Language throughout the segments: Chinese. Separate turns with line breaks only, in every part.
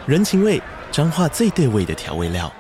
人情味，彰化最对味的调味料。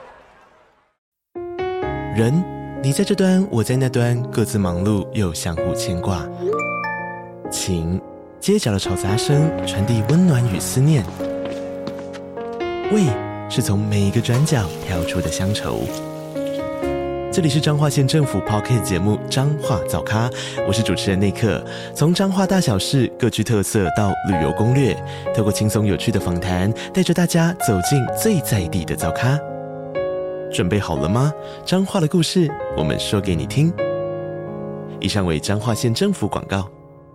人，你在这端，我在那端，各自忙碌又相互牵挂。情，街角的吵杂声传递温暖与思念。味，是从每一个转角跳出的乡愁。这里是彰化县政府 Podcast 节目《彰化早咖》，我是主持人内克。从彰化大小事各具特色到旅游攻略，透过轻松有趣的访谈，带着大家走进最在地的早咖。准备好了吗？彰化的故事，我们说给你听。以上为彰化县政府广告。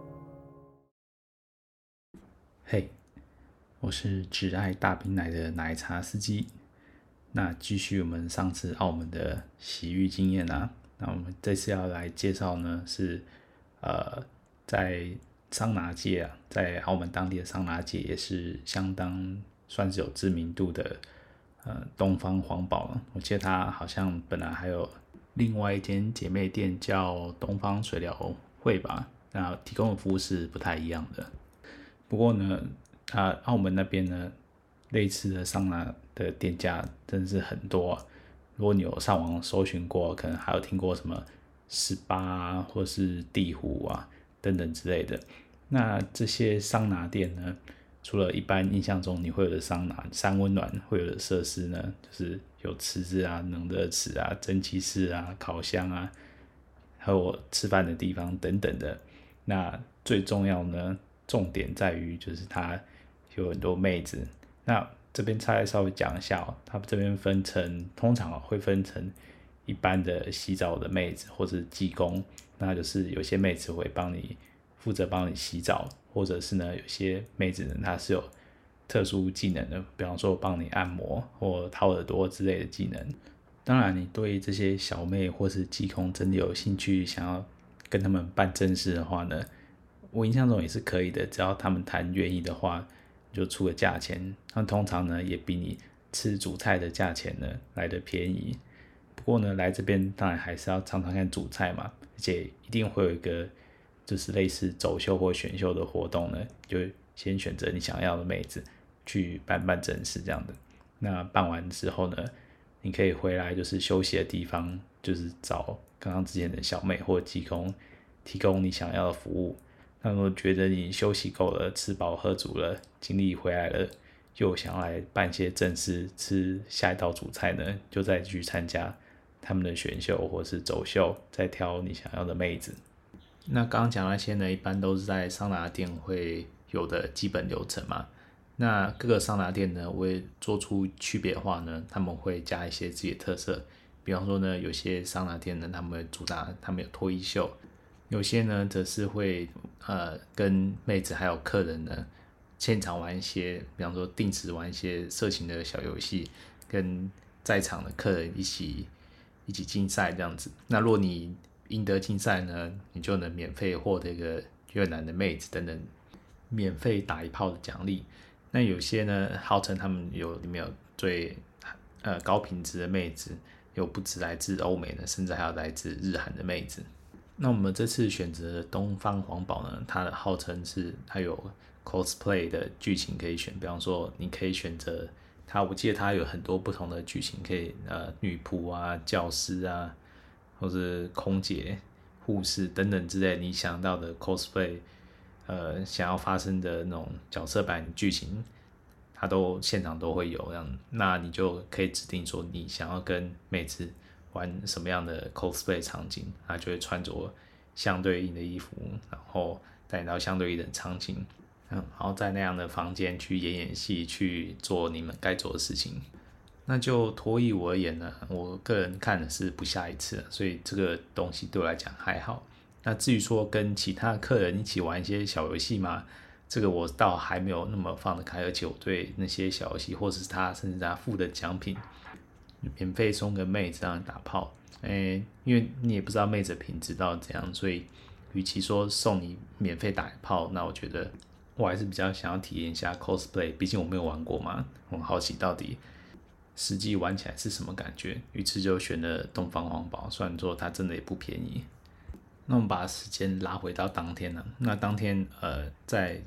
嘿，我是只爱大冰奶的奶茶司机。那继续我们上次澳门的洗浴经验啊，那我们这次要来介绍呢是在桑拿界啊，在澳门当地的桑拿界也是相当算是有知名度的东方皇堡了。我记得它好像本来还有另外一间姐妹店叫东方水疗会吧，那提供的服务是不太一样的。不过呢，澳门那边呢，类似的桑拿的店家真的是很多啊。如果你有上网搜寻过，可能还有听过什么18啊，或是地湖啊等等之类的。那这些桑拿店呢，除了一般印象中你会有的桑拿三温暖会有的设施呢，就是有池子啊、冷热池啊、蒸汽室啊、烤箱啊，还有吃饭的地方等等的。那最重要呢，重点在于就是它有很多妹子。那这边再稍微讲一下哦，它这边通常会分成一般的洗澡的妹子或者是技工，那就是有些妹子会负责帮你洗澡，或者是呢有些妹子呢她是有特殊技能的，比方说帮你按摩或掏耳朵之类的技能。当然你对这些小妹或是技工真的有兴趣想要跟他们办正事的话呢，我印象中也是可以的，只要他们谈愿意的话，就出个价钱，那通常呢也比你吃主菜的价钱呢来得便宜。不过呢，来这边当然还是要常常看主菜嘛，而且一定会有一个就是类似走秀或选秀的活动呢，就先选择你想要的妹子去办正事这样的。那办完之后呢，你可以回来就是休息的地方，就是找刚刚之前的小妹或技工提供你想要的服务。那如果觉得你休息够了，吃饱喝足了，精力回来了，又想来办些正事，吃下一道主菜呢，就再去参加他们的选秀或是走秀，再挑你想要的妹子。那刚刚讲那些呢，一般都是在桑拿店会有的基本流程嘛。那各个桑拿店呢，为做出区别的话呢，他们会加一些自己的特色。比方说呢，有些桑拿店呢，他们会主打他们有脱衣秀。有些呢，则是会跟妹子还有客人呢，现场玩一些，比方说定时玩一些色情的小游戏，跟在场的客人一起竞赛这样子。那如果你赢得竞赛呢，你就能免费获得一个越南的妹子等等，免费打一炮的奖励。那有些呢，号称他们里面有最高品质的妹子，有不止来自欧美的，甚至还有来自日韩的妹子。那我们这次选择的东方皇堡呢，它的号称是它有 cosplay 的剧情可以选，比方说你可以选择它，我记得它有很多不同的剧情，可以女仆啊、教师啊，或是空姐、护士等等之类你想到的 cosplay，想要发生的那种角色版剧情，它都现场都会有这样，那你就可以指定说你想要跟妹子玩什么样的 cosplay 场景，他就会穿着相对应的衣服，然后带你到相对应的场景，然后在那样的房间去演戏，去做你们该做的事情。那就脱衣舞而言呢，我个人看的是不下一次，所以这个东西对我来讲还好。那至于说跟其他客人一起玩一些小游戏嘛，这个我倒还没有那么放得开，而且我对那些小游戏或者是他甚至他附的奖品，免费送个妹子让你打炮，因为你也不知道妹子的品质到底怎样，所以与其说送你免费打炮，那我觉得我还是比较想要体验一下 cosplay， 毕竟我没有玩过嘛，我很好奇到底实际玩起来是什么感觉，于是就选了东方皇堡，虽然说它真的也不便宜。那我们把时间拉回到当天了，那当天在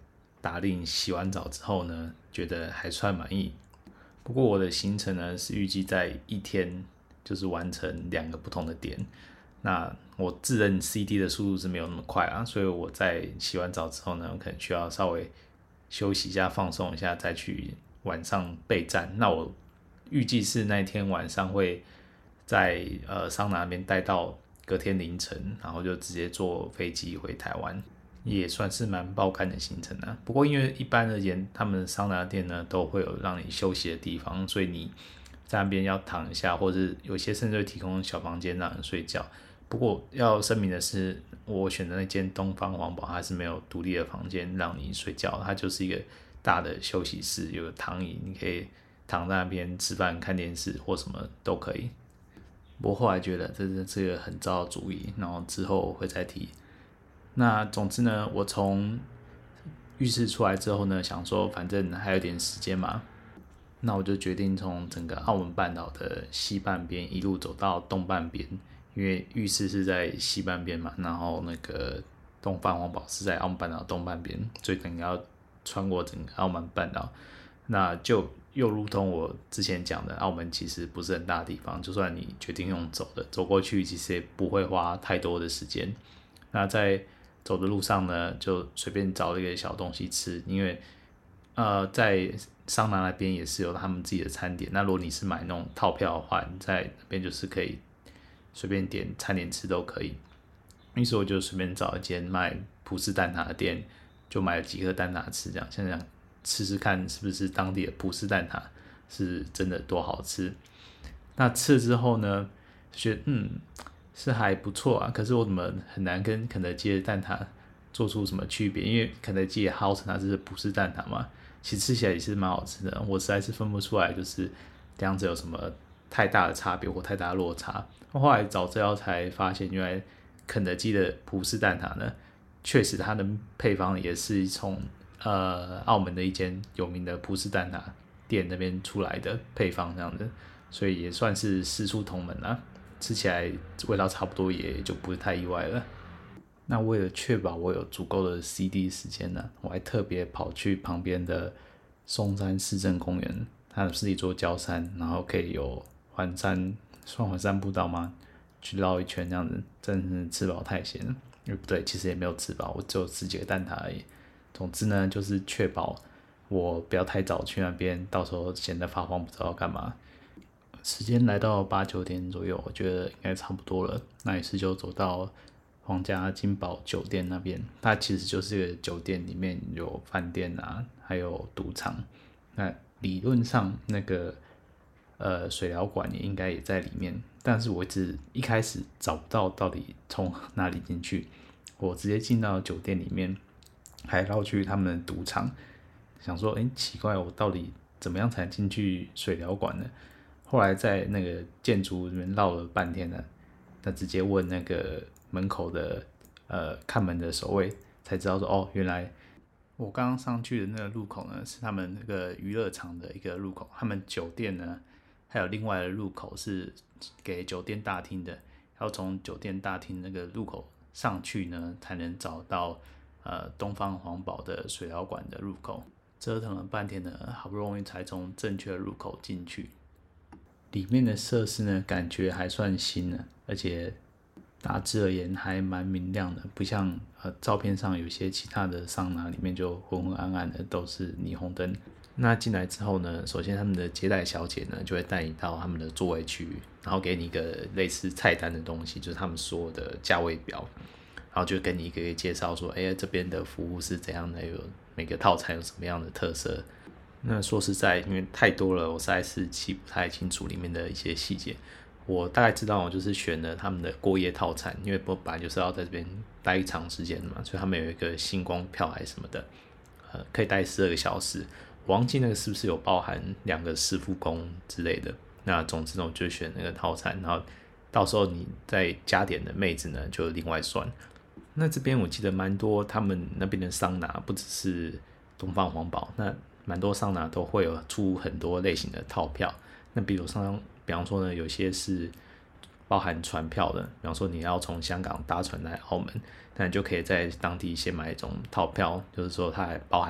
打令洗完澡之后呢，觉得还算满意。不过我的行程呢是预计在一天就是完成2个不同的点。那我自认 CD 的速度是没有那么快啊，所以我在洗完澡之后呢，可能需要稍微休息一下、放松一下，再去晚上备战。那我预计是那一天晚上会在桑拿那边待到隔天凌晨，然后就直接坐飞机回台湾，也算是蛮爆肝的行程啊。不过因为一般而言，他们的桑拿店呢都会有让你休息的地方，所以你在那边要躺一下，或者是有些甚至会提供小房间让人睡觉。不过要声明的是，我选的那间东方皇堡它是没有独立的房间让你睡觉，它就是一个大的休息室，有个躺椅，你可以躺在那边吃饭、看电视或什么都可以。不过后来觉得这是个很糟的主意，然后之后会再提。那总之呢，我从浴室出来之后呢，想说反正还有点时间嘛，那我就决定从整个澳门半岛的西半边一路走到东半边，因为浴室是在西半边嘛，然后那个东方皇堡是在澳门半岛东半边，所以可能要穿过整个澳门半岛。那就又如同我之前讲的，澳门其实不是很大的地方，就算你决定用走的，走过去其实也不会花太多的时间。那在走的路上呢，就随便找了一个小东西吃，因为在桑拿那边也是有他们自己的餐点。那如果你是买那种套票的话，你在那边就是可以随便点餐点吃都可以。于是我就随便找一间卖葡式蛋挞的店，就买了几颗蛋挞吃，这样想试试看是不是当地的葡式蛋挞是真的多好吃。那吃了之后呢，觉得是还不错啊，可是我怎么很难跟肯德基的蛋挞做出什么区别？因为肯德基也号称它是葡式蛋挞嘛，其实吃起来也是蛮好吃的，我实在是分不出来就是两者有什么太大的差别或太大的落差。后来找资料才发现，原来肯德基的葡式蛋挞呢，确实它的配方也是从澳门的一间有名的葡式蛋挞店那边出来的配方这样的，所以也算是师出同门啦。吃起来味道差不多，也就不是太意外了。那为了确保我有足够的 CD 时间呢，我还特别跑去旁边的松山市政公园，它是一座郊山，然后可以有环山步道吗？去绕一圈这样子，真的是吃饱太闲了。不对，其实也没有吃饱，我只有吃几个蛋挞而已。总之呢，就是确保我不要太早去那边，到时候闲得发慌不知道要干嘛。时间来到8、9点左右，我觉得应该差不多了。那于是就走到皇家金宝酒店那边，它其实就是一个酒店，里面有饭店啊，还有赌场。那理论上那个水疗馆也应该也在里面，但是我一开始找不到底从哪里进去，我直接进到酒店里面，还绕去他们的赌场，想说奇怪，我到底怎么样才进去水疗馆呢？后来在那个建筑里面绕了半天呢，那直接问那个门口的看门的守卫，才知道说原来我刚刚上去的那个入口呢，是他们那个娱乐场的一个入口。他们酒店呢还有另外的入口是给酒店大厅的，要从酒店大厅那个入口上去呢，才能找到东方皇堡的水疗馆的入口。折腾了半天呢，好不容易才从正确的入口进去。里面的设施呢，感觉还算新呢，而且大致而言还蛮明亮的，不像照片上有些其他的桑拿里面就昏昏暗暗的，都是霓虹灯。那进来之后呢，首先他们的接待小姐呢就会带你到他们的座位区域，然后给你一个类似菜单的东西，就是他们说的价位表，然后就跟你一个介绍说，这边的服务是怎样的，有每个套餐有什么样的特色。那说实在，因为太多了，我实在是记不太清楚里面的一些细节。我大概知道，我就是选了他们的过夜套餐，因为我本来就是要在这边待一长时间的嘛，所以他们有一个星光票还是什么的，可以待12个小时。我忘记那个是不是有包含2个师傅工之类的。那总之呢，我就选那个套餐，然后到时候你再加点的妹子呢，就另外算。那这边我记得蛮多他们那边的桑拿，不只是东方皇堡，那蛮多桑拿都会有出很多类型的套票。那比方说呢，有些是包含船票的，比方说你要从香港搭船来澳门，那你就可以在当地先买一种套票，就是说它还包含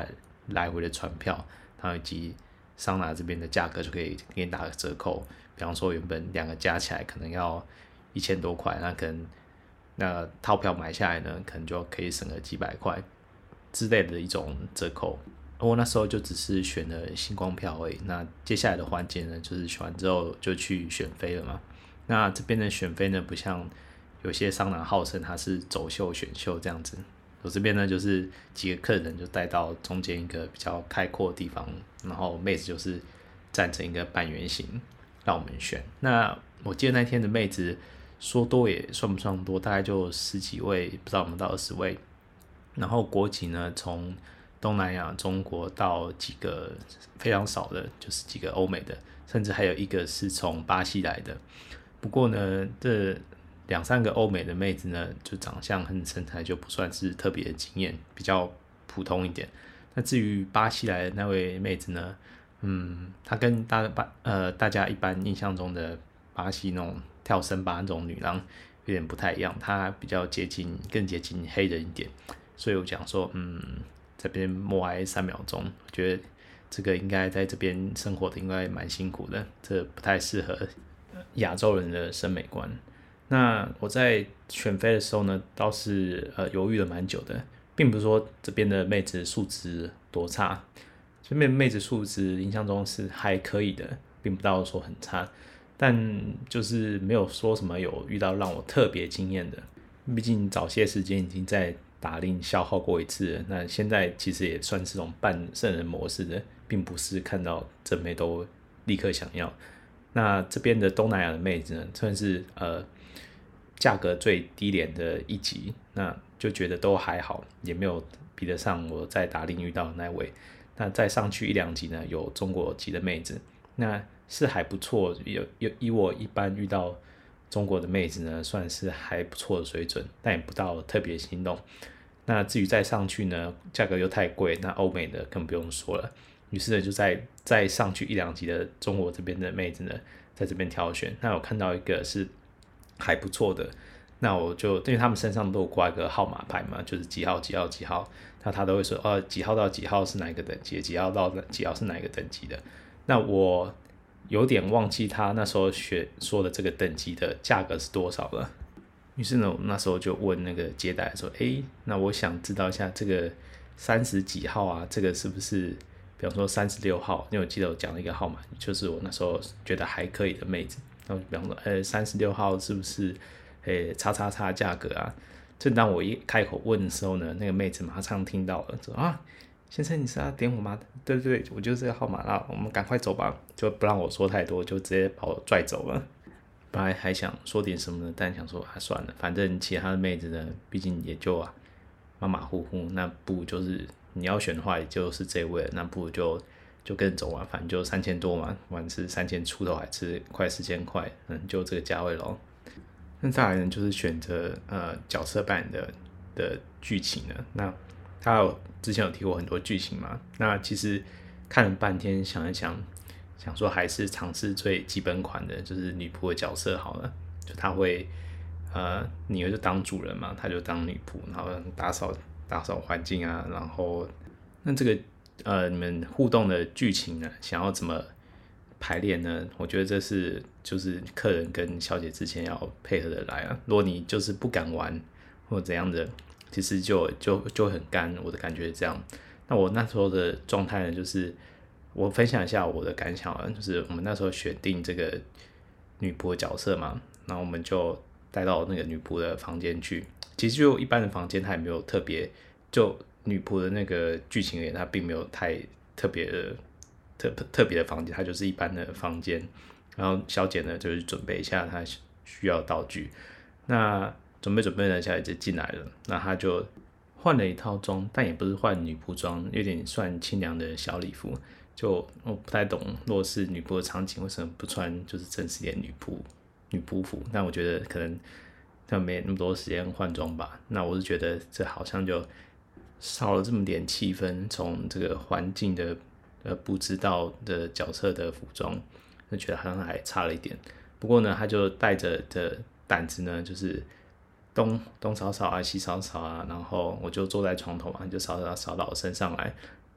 来回的船票，然后以及桑拿这边的价格就可以给你打个折扣。比方说原本两个加起来可能要1000多块，那可能那套票买下来呢，可能就可以省个几百块之类的一种折扣。我那时候就只是选了星光票而已。那接下来的环节呢，就是选完之后就去选妃了嘛。那这边的选妃呢，不像有些桑拿号称它是走秀选秀这样子。我这边呢，就是几个客人就带到中间一个比较开阔的地方，然后妹子就是站成一个半圆形让我们选。那我记得那天的妹子说多也算不上多，大概就10几位，不知道我们到20位。然后国籍呢，从东南亚、中国到几个非常少的，就是几个欧美的，甚至还有一个是从巴西来的。不过呢，这2-3个欧美的妹子呢，就长相和身材就不算是特别的惊艳，比较普通一点。那至于巴西来的那位妹子呢，她跟大家一般印象中的巴西那种跳森巴那种女郎有点不太一样，她比较更接近黑人一点。所以我讲说，这边默哀3秒钟，我觉得这个应该在这边生活的应该蛮辛苦的，这不太适合亚洲人的审美观。那我在选妃的时候呢，倒是犹豫了蛮久的，并不是说这边的妹子素质多差，这边妹子素质印象中是还可以的，并不到说很差，但就是没有说什么有遇到让我特别惊艳的。毕竟早些时间已经在打令消耗过一次了，那现在其实也算是这种半圣人模式的，并不是看到正妹都立刻想要。那这边的东南亚的妹子呢，算是价格最低廉的一级，那就觉得都还好，也没有比得上我在打令遇到的那位。那再上去1-2级呢，有中国籍的妹子，那是还不错，以我一般遇到中国的妹子呢，算是还不错的水准，但也不到特别心动。那至于再上去呢，价格又太贵，那欧美的更不用说了。于是呢，就再上去1-2级的中国这边的妹子呢，在这边挑选。那我看到一个是还不错的，那我就因为他们身上都有挂一个号码牌嘛，就是几号几号几号，那他都会说几号到几号是哪一个等级，几号到几号是哪一个等级的。那我有点忘记他那时候说的这个等级的价格是多少了。于是呢，我那时候就问那个接待说，那我想知道一下这个30几号啊，这个是不是比方说36号，因为我记得我讲了一个号码，就是我那时候觉得还可以的妹子，然后比方说36号是不是叉叉叉价格啊。正当我一开口问的时候呢，那个妹子马上听到了，说先生你是要点我吗？对对对，我就是这个号码啦，我们赶快走吧，就不让我说太多，就直接把我拽走了。本来还想说点什么呢，但想说算了，反正其他的妹子呢，毕竟也就马马虎虎，那不如就是你要选的话，也就是这位了，那不如就跟着走嘛，反正就3000多嘛，不管是3000出头还是快4000块，就这个价位咯。那再来呢，就是选择角色扮演的剧情呢。那他之前有提过很多剧情嘛，那其实看了半天，想一想，想说还是尝试最基本款的，就是女仆的角色好了。就他会女儿就当主人嘛，他就当女仆，然后打扫环境啊，然后那这个你们互动的剧情呢，想要怎么排练呢？我觉得这是就是客人跟小姐之前要配合的来啊。如果你就是不敢玩或怎样的，其实就很干，我的感觉是这样。那我那时候的状态呢，就是我分享一下我的感想啊，就是我们那时候选定这个女仆的角色嘛，然后我们就带到那个女仆的房间去。其实就一般的房间，它也没有特别，就女仆的那个剧情而言，它并没有太特别的房间，它就是一般的房间。然后小姐呢，就是准备一下她需要的道具。那准备呢，小姐就进来了。那她就换了一套装，但也不是换女仆装，有点算清凉的小礼服。就我不太懂，如果是女仆的场景，为什么不穿就是正式一点女仆服？但我觉得可能他没那么多时间换装吧。那我是觉得这好像就少了这么点气氛，从这个环境的布置到的角色的服装，就觉得好像还差了一点。不过呢，他就带着的胆子呢，就是东扫扫啊，西扫扫啊，然后我就坐在床头嘛，就扫到我身上来。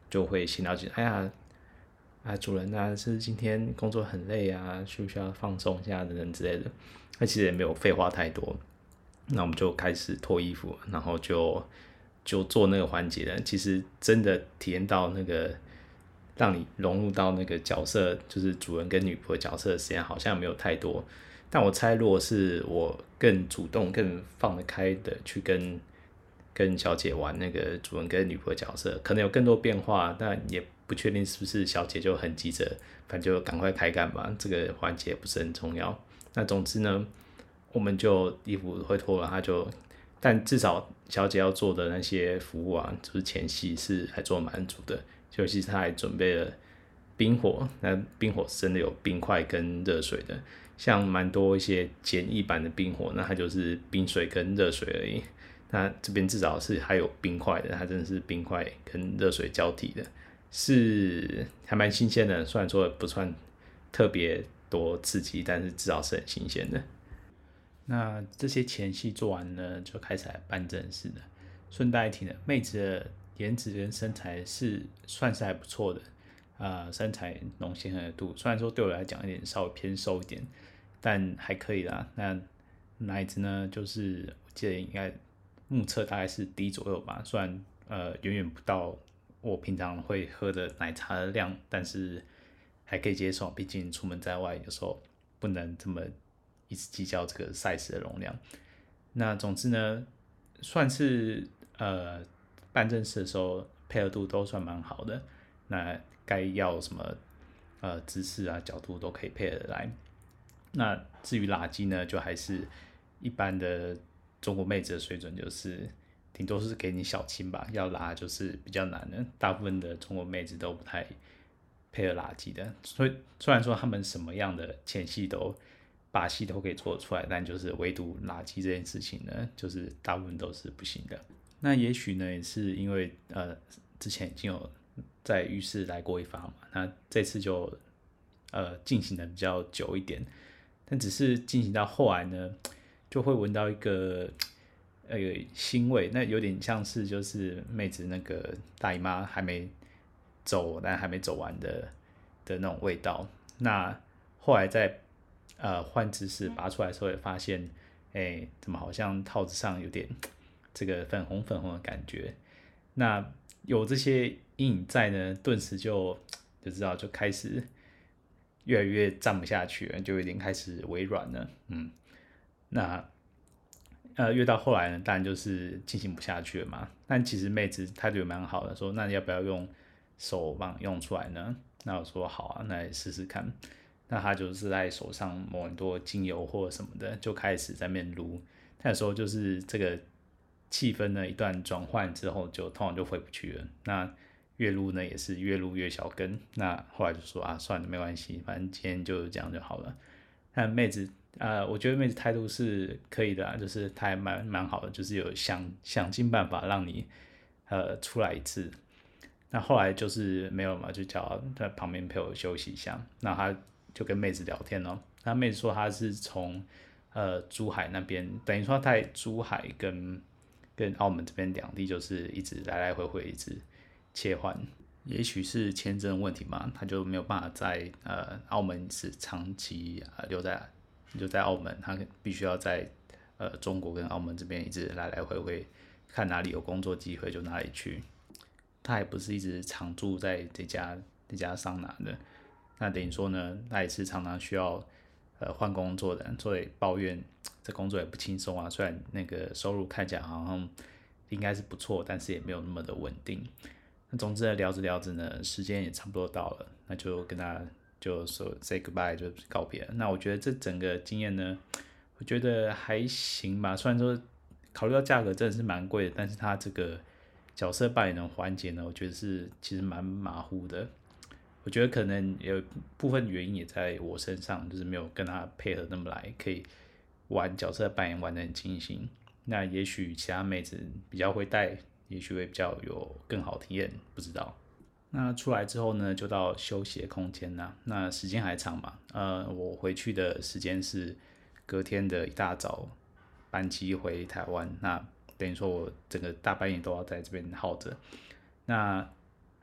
就会闲聊起，哎呀，主人啊，是今天工作很累啊，需不需要放松一下等等之类的。那其实也没有废话太多，那我们就开始脱衣服，然后就做那个环节了。其实真的体验到那个让你融入到那个角色，就是主人跟女仆的角色的时间好像没有太多。但我猜，如果是我更主动、更放得开的去跟小姐玩那个主人跟女仆的角色，可能有更多变化，但也不确定是不是小姐就很急着，反正就赶快开干吧，这个环节不是很重要。那总之呢，我们就衣服会脱了，但至少小姐要做的那些服务啊，就是前戏是还做蛮足的，尤其是她还准备了冰火，那冰火是真的有冰块跟热水的，像蛮多一些简易版的冰火，那它就是冰水跟热水而已。那这边至少是还有冰块的，它真的是冰块跟热水交替的，是还蛮新鲜的。虽然说不算特别多刺激，但是至少是很新鲜的。那这些前戏做完呢，就开始来办正事了。顺带一提呢，妹子的颜值跟身材算是还不错的，身材浓鲜合度，虽然说对我来讲有点稍微偏瘦一点，但还可以啦。那奶子呢，就是我记得应该目测大概是 D 左右吧，虽然远远不到我平常会喝的奶茶的量，但是还可以接受，毕竟出门在外有时候不能这么一直计较这个 size 的容量。那总之呢，算是办正事的时候配合度都算蛮好的，那该要什么姿势啊角度都可以配合来。那至于拉机呢，就还是一般的中国妹子的水准，就是顶多是给你小亲吧，要拉就是比较难的。大部分的中国妹子都不太配合拉机的，所以虽然说他们什么样的前戏把戏都可以做得出来，但就是唯独拉机这件事情呢，就是大部分都是不行的。那也许呢，也是因为之前已经有在浴室来过一发嘛，那这次就进行的比较久一点，但只是进行到后来呢，就会闻到一个腥味，那有点像是就是妹子那个大姨妈还没走，但还没走完的那种味道。那后来在换姿势拔出来的时候，也发现，怎么好像套子上有点这个粉红粉红的感觉。那有这些阴影在呢，顿时就知道就开始越来越站不下去了，就有点开始微软了。那越到后来呢，当然就是进行不下去了嘛。但其实妹子态度也蛮好的，说那你要不要用手帮用出来呢？那我说好啊，那来试试看。那他就是在手上抹很多精油或者什么的，就开始在那边撸。他有时候就是这个气氛呢一段转换之后，就通常就回不去了。那越撸呢也是越撸越小根。那后来就说啊，算了，没关系，反正今天就这样就好了。但妹子我觉得妹子态度是可以的啊，就是她还蛮好的，就是有想尽办法让你出来一次。那后来就是没有嘛，就叫她在旁边陪我休息一下。那她就跟妹子聊天哦，那妹子说她是从珠海那边，等于说她在珠海跟澳门这边两地就是一直来来回回一直切换。也许是签证问题嘛，他就没有办法在澳门是长期留在澳门，他必须要在中国跟澳门这边一直来来回回，看哪里有工作机会就哪里去。他也不是一直常住在这家桑拿的，那等于说呢，他也是常常需要换工作的，所以抱怨这工作也不轻松啊。虽然那个收入看起来好像应该是不错，但是也没有那么的稳定。那总之呢，聊着聊着呢，时间也差不多到了，那就跟他就说 say goodbye 就告别了。那我觉得这整个经验呢，我觉得还行吧。虽然说考虑到价格真的是蛮贵的，但是他这个角色扮演的环节呢，我觉得是其实蛮马虎的。我觉得可能有部分原因也在我身上，就是没有跟他配合那么来，可以玩角色扮演玩得很尽兴。那也许其他妹子比较会带，也许会比较有更好体验，不知道。那出来之后呢，就到休息的空间啦。那时间还长嘛，我回去的时间是隔天的一大早班机回台湾，那等于说我整个大半夜都要在这边耗着。那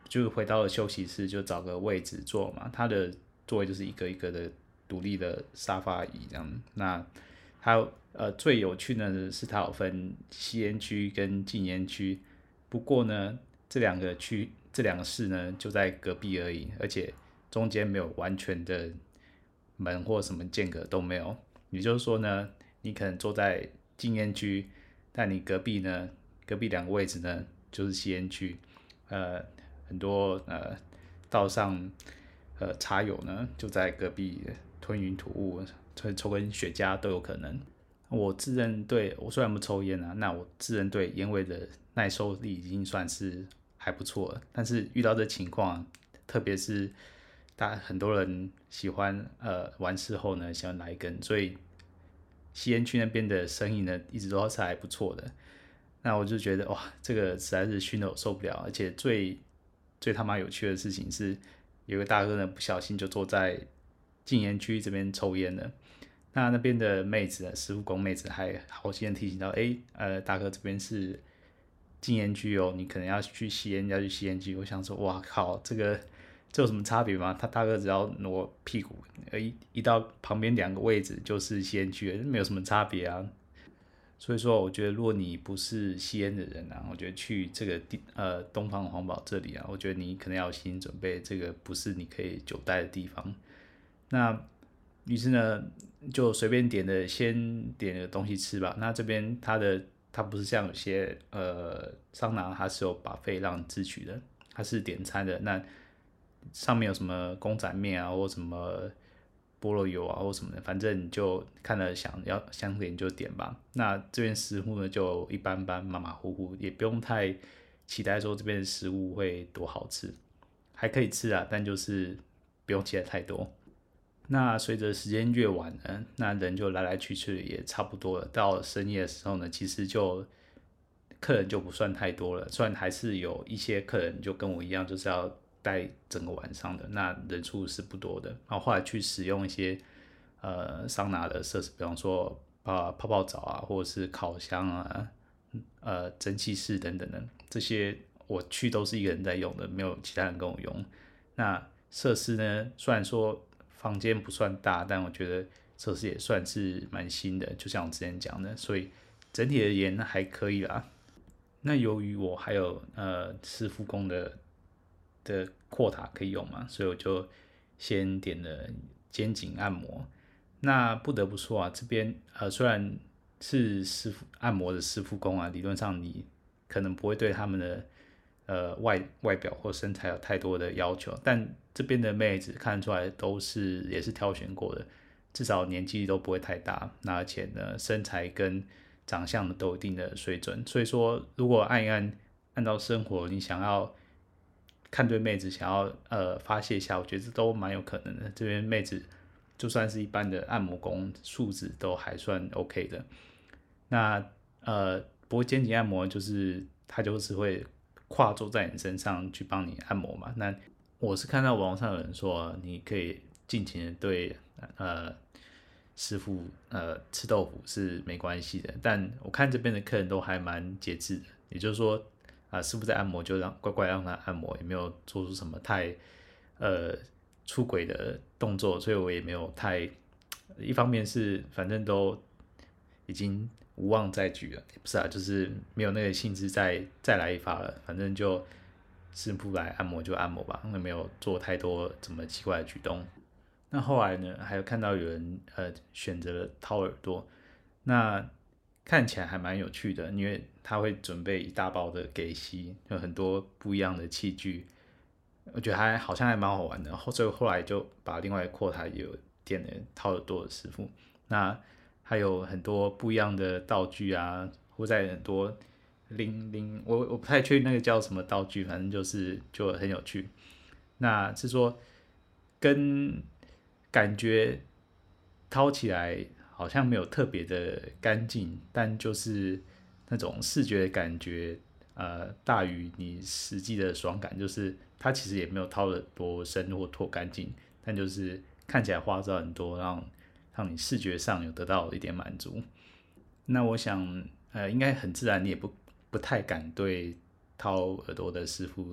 就回到了休息室，就找个位置坐嘛。它的座位就是一个一个的独立的沙发椅这样。那它最有趣的是它有分吸烟区跟禁烟区，不过呢这两个室呢就在隔壁而已，而且中间没有完全的门或什么间隔都没有。也就是说呢，你可能坐在禁烟区，但你隔壁两个位置呢就是吸烟区。很多道上茶友呢就在隔壁吞云吐雾，抽根雪茄都有可能。我虽然不抽烟啊，那我自认对烟味的耐受力已经算是还不错了。但是遇到这情况，特别是很多人喜欢完事后呢喜欢来一根，所以吸烟区那边的生意呢一直都是还不错的。那我就觉得哇，这个实在是熏得我受不了，而且最他妈有趣的事情是，有个大哥呢不小心就坐在禁烟区这边抽烟了。那边的妹子师傅工妹子还好心的提醒到，大哥这边是禁烟区哦，你可能要去吸烟，要去吸烟区。我想说，哇靠，这有什么差别吗？他大哥只要挪屁股，一到旁边两个位置就是吸烟区，没有什么差别啊。所以说，我觉得如果你不是吸烟的人啊，我觉得去这个东方黄堡这里啊，我觉得你可能要有心理准备，这个不是你可以久待的地方。那于是呢，就随便先点了东西吃吧。那这边它不是像有些桑拿，它是有buffet让你自取的，它是点餐的。那上面有什么公仔面啊，或什么菠萝油啊，或什么的，反正你就看了想点就点吧。那这边食物呢就一般般，马马虎虎，也不用太期待说这边的食物会多好吃，还可以吃啊，但就是不用期待太多。那随着时间越晚呢，那人就来来去去也差不多了。到深夜的时候呢，其实客人就不算太多了，虽然还是有一些客人就跟我一样，就是要待整个晚上的，那人数是不多的。然后后来去使用一些桑拿的设施，比方说泡泡澡啊，或者是烤箱啊、蒸汽室等等的，这些我去都是一个人在用的，没有其他人跟我用。那设施呢，虽然说房间不算大，但我觉得设施也算是蛮新的，就像我之前讲的，所以整体而言还可以啦。那由于我还有师傅工的扩塔可以用嘛，所以我就先点了肩颈按摩。那不得不说啊，这边虽然是按摩的师傅工啊，理论上你可能不会对他们的外表或身材有太多的要求，但这边的妹子看出来也是挑选过的，至少年纪都不会太大，那而且呢身材跟长相都有一定的水准，所以说如果按照生活你想要看对妹子想要发泄一下，我觉得这都蛮有可能的。这边妹子就算是一般的按摩工，素质都还算 OK 的。那不过肩颈按摩它就是会跨坐在你身上去帮你按摩嘛。那我是看到网上有人说，你可以尽情的对师傅吃豆腐是没关系的，但我看这边的客人都还蛮节制的，也就是说师傅在按摩就乖乖让他按摩，也没有做出什么太出轨的动作，所以我也没有太一方面是反正都已经无望再举了，不是啊，就是没有那个兴致再来一发了，反正就师傅来按摩就按摩吧，没有做太多怎么奇怪的举动。那后来呢，还有看到有人选择了掏耳朵，那看起来还蛮有趣的，因为他会准备一大包的给息，有很多不一样的器具，我觉得好像还蛮好玩的。所以后来就把另外扩台也有点了掏耳朵的师傅，那还有很多不一样的道具啊，或在很多我不太确定那个叫什么道具，反正就很有趣。那是说跟感觉掏起来好像没有特别的干净，但就是那种视觉的感觉大于你实际的爽感，就是它其实也没有掏得多深或多干净，但就是看起来花哨很多，让你视觉上有得到一点满足。那我想应该很自然，你也不太敢对掏耳朵的师傅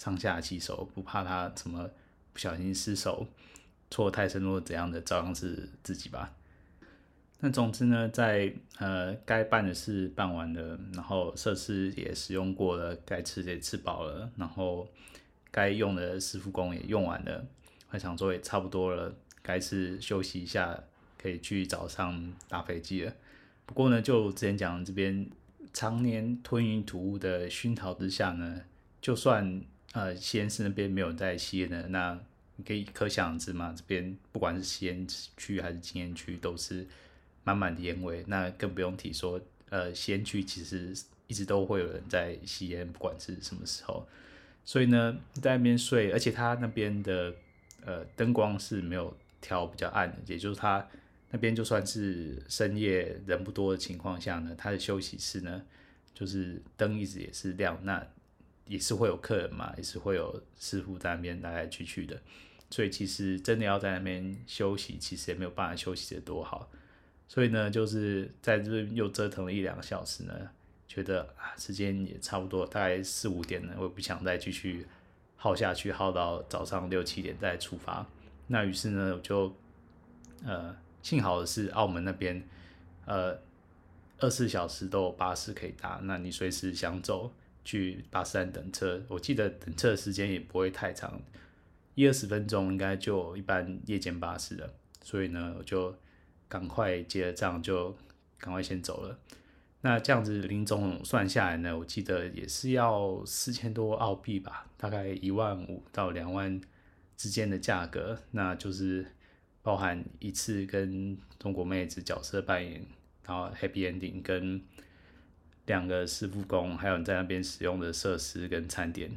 上下其手，不怕他什么不小心失手错太深或怎样的，照样是自己吧。那总之呢，在该办的事办完了，然后设施也使用过了，该吃的也吃饱了，然后该用的师傅工也用完了，我想说也差不多了，该是休息一下，可以去早上搭飞机了。不过呢，就之前讲这边常年吞云吐雾的熏陶之下呢，就算西安市那边没有在吸烟的，那你可以可想而知嘛，这边不管是吸烟区还是禁烟区，都是满满的烟味。那更不用提说，吸烟区其实一直都会有人在吸烟，不管是什么时候。所以呢，在那边睡，而且他那边的灯光是没有调比较暗的，也就是他那边就算是深夜人不多的情况下呢，他的休息室呢，就是灯一直也是亮，那也是会有客人嘛，也是会有师傅在那边来来去去的，所以其实真的要在那边休息，其实也没有办法休息的多好。所以呢，就是在这边又折腾了1-2个小时呢，觉得时间也差不多，大概4-5点了，我也不想再继续耗下去，耗到早上6-7点再出发。那于是呢，我就幸好的是澳门那边24小时都有巴士可以搭，那你随时想走去巴士站等车，我记得等车的时间也不会太长，20-20分钟应该就有一班夜间巴士了。所以呢，我就赶快结了账，就赶快先走了。那这样子零总算下来呢，我记得也是要4000多澳币吧，大概15000到2万之间的价格。那就是包含一次跟中国妹子角色扮演，然后 happy ending 跟2个师傅工，还有你在那边使用的设施跟餐点，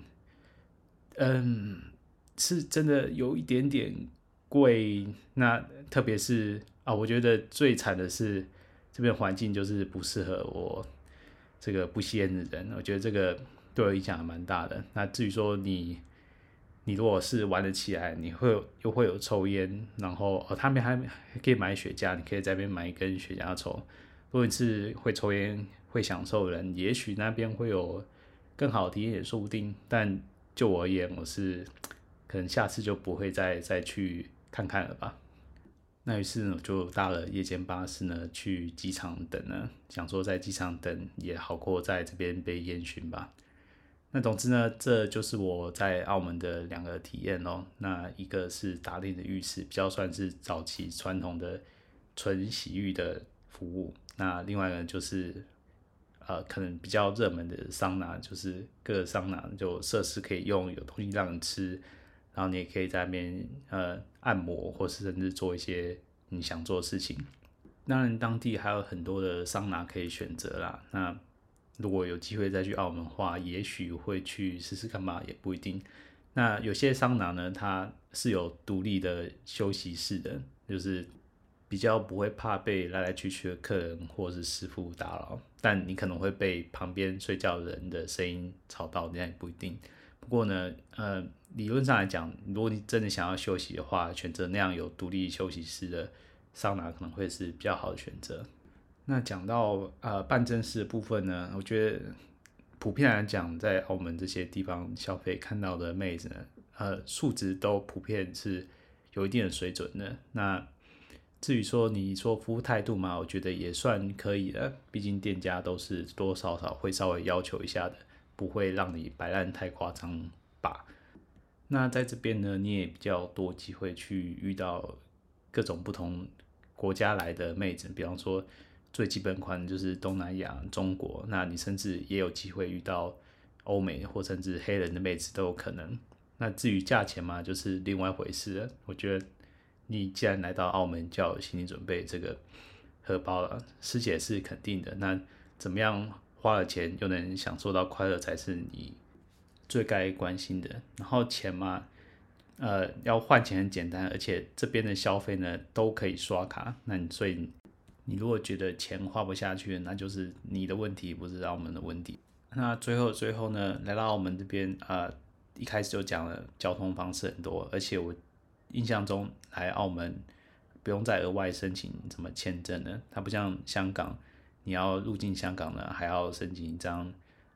是真的有一点点贵。那特别是我觉得最惨的是这边环境就是不适合我这个不吸烟的人，我觉得这个对我影响还蛮大的。那至于说你如果是玩得起来，你又会有抽烟，然后他们还可以买雪茄，你可以在那边买一根雪茄抽。如果你是会抽烟会享受的人，也许那边会有更好的体验也说不定。但就我而言，我是可能下次就不会再去看看了吧。那于是呢，我就搭了夜间巴士呢去机场等呢，想说在机场等也好过在这边被烟熏吧。那总之呢，这就是我在澳门的2个体验咯。那一个是打猎的浴室，比较算是早期传统的纯洗浴的服务。那另外呢，就是可能比较热门的桑拿，就是各个桑拿就设施可以用，有东西让你吃，然后你也可以在那边按摩，或是甚至做一些你想做的事情。当然，当地还有很多的桑拿可以选择啦。那如果有机会再去澳门的话，也许会去试试看吧，也不一定。那有些桑拿呢，它是有独立的休息室的，就是比较不会怕被来来去去的客人或是师傅打扰，但你可能会被旁边睡觉的人的声音吵到，这样也不一定。不过呢，理论上来讲，如果你真的想要休息的话，选择那样有独立休息室的桑拿可能会是比较好的选择。那讲到办正事的部分呢，我觉得普遍来讲，在澳门这些地方消费看到的妹子呢，素质都普遍是有一定的水准的。那至于说你说服务态度嘛，我觉得也算可以的，毕竟店家都是多多少少会稍微要求一下的，不会让你摆烂太夸张吧。那在这边呢，你也比较多机会去遇到各种不同国家来的妹子，比方说最基本款就是东南亚、中国，那你甚至也有机会遇到欧美或甚至黑人的妹子都有可能。那至于价钱嘛，就是另外一回事了。我觉得你既然来到澳门，就要有心理准备，这个荷包了，师姐是肯定的。那怎么样花了钱又能享受到快乐，才是你最该关心的。然后钱嘛，要换钱很简单，而且这边的消费呢都可以刷卡。所以你如果觉得钱花不下去，那就是你的问题，不是澳门的问题。那最后呢，来到澳门这边，一开始就讲了交通方式很多，而且我印象中来澳门不用再额外申请什么签证了，它不像香港，你要入境香港呢还要申请一张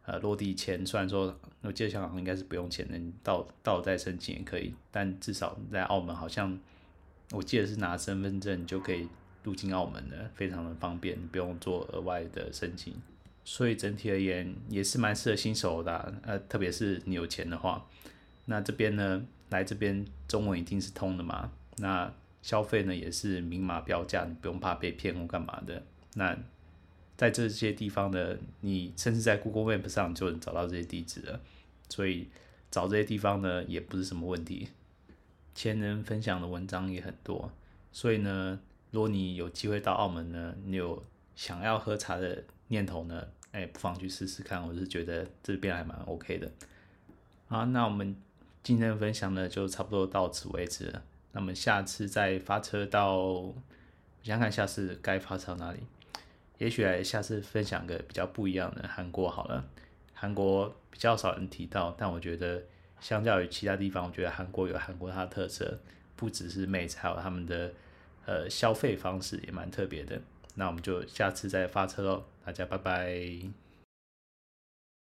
落地签，虽然说我记得香港应该是不用钱的，你到了再申请也可以，但至少在澳门好像我记得是拿身份证就可以入境澳门的，非常的方便，你不用做额外的申请。所以整体而言也是蛮适合新手的特别是你有钱的话。那这边呢，来这边中文一定是通的嘛，那消费呢也是明码标价，你不用怕被骗或干嘛的。那在这些地方呢，你甚至在 Google Map 上就能找到这些地址了，所以找这些地方呢也不是什么问题。前人分享的文章也很多，所以呢，如果你有机会到澳门呢，你有想要喝茶的念头呢，不妨去试试看，我是觉得这边还蛮 OK 的。好，那我们今天的分享呢就差不多到此为止了。那么下次再发车到，我想看下次该发车到哪里。也许来下次分享个比较不一样的韩国好了。韩国比较少人提到，但我觉得相较于其他地方，我觉得韩国有韩国它的特色，不只是妹子，还有他们的消费方式也蛮特别的。那我们就下次再发车咯，大家拜拜。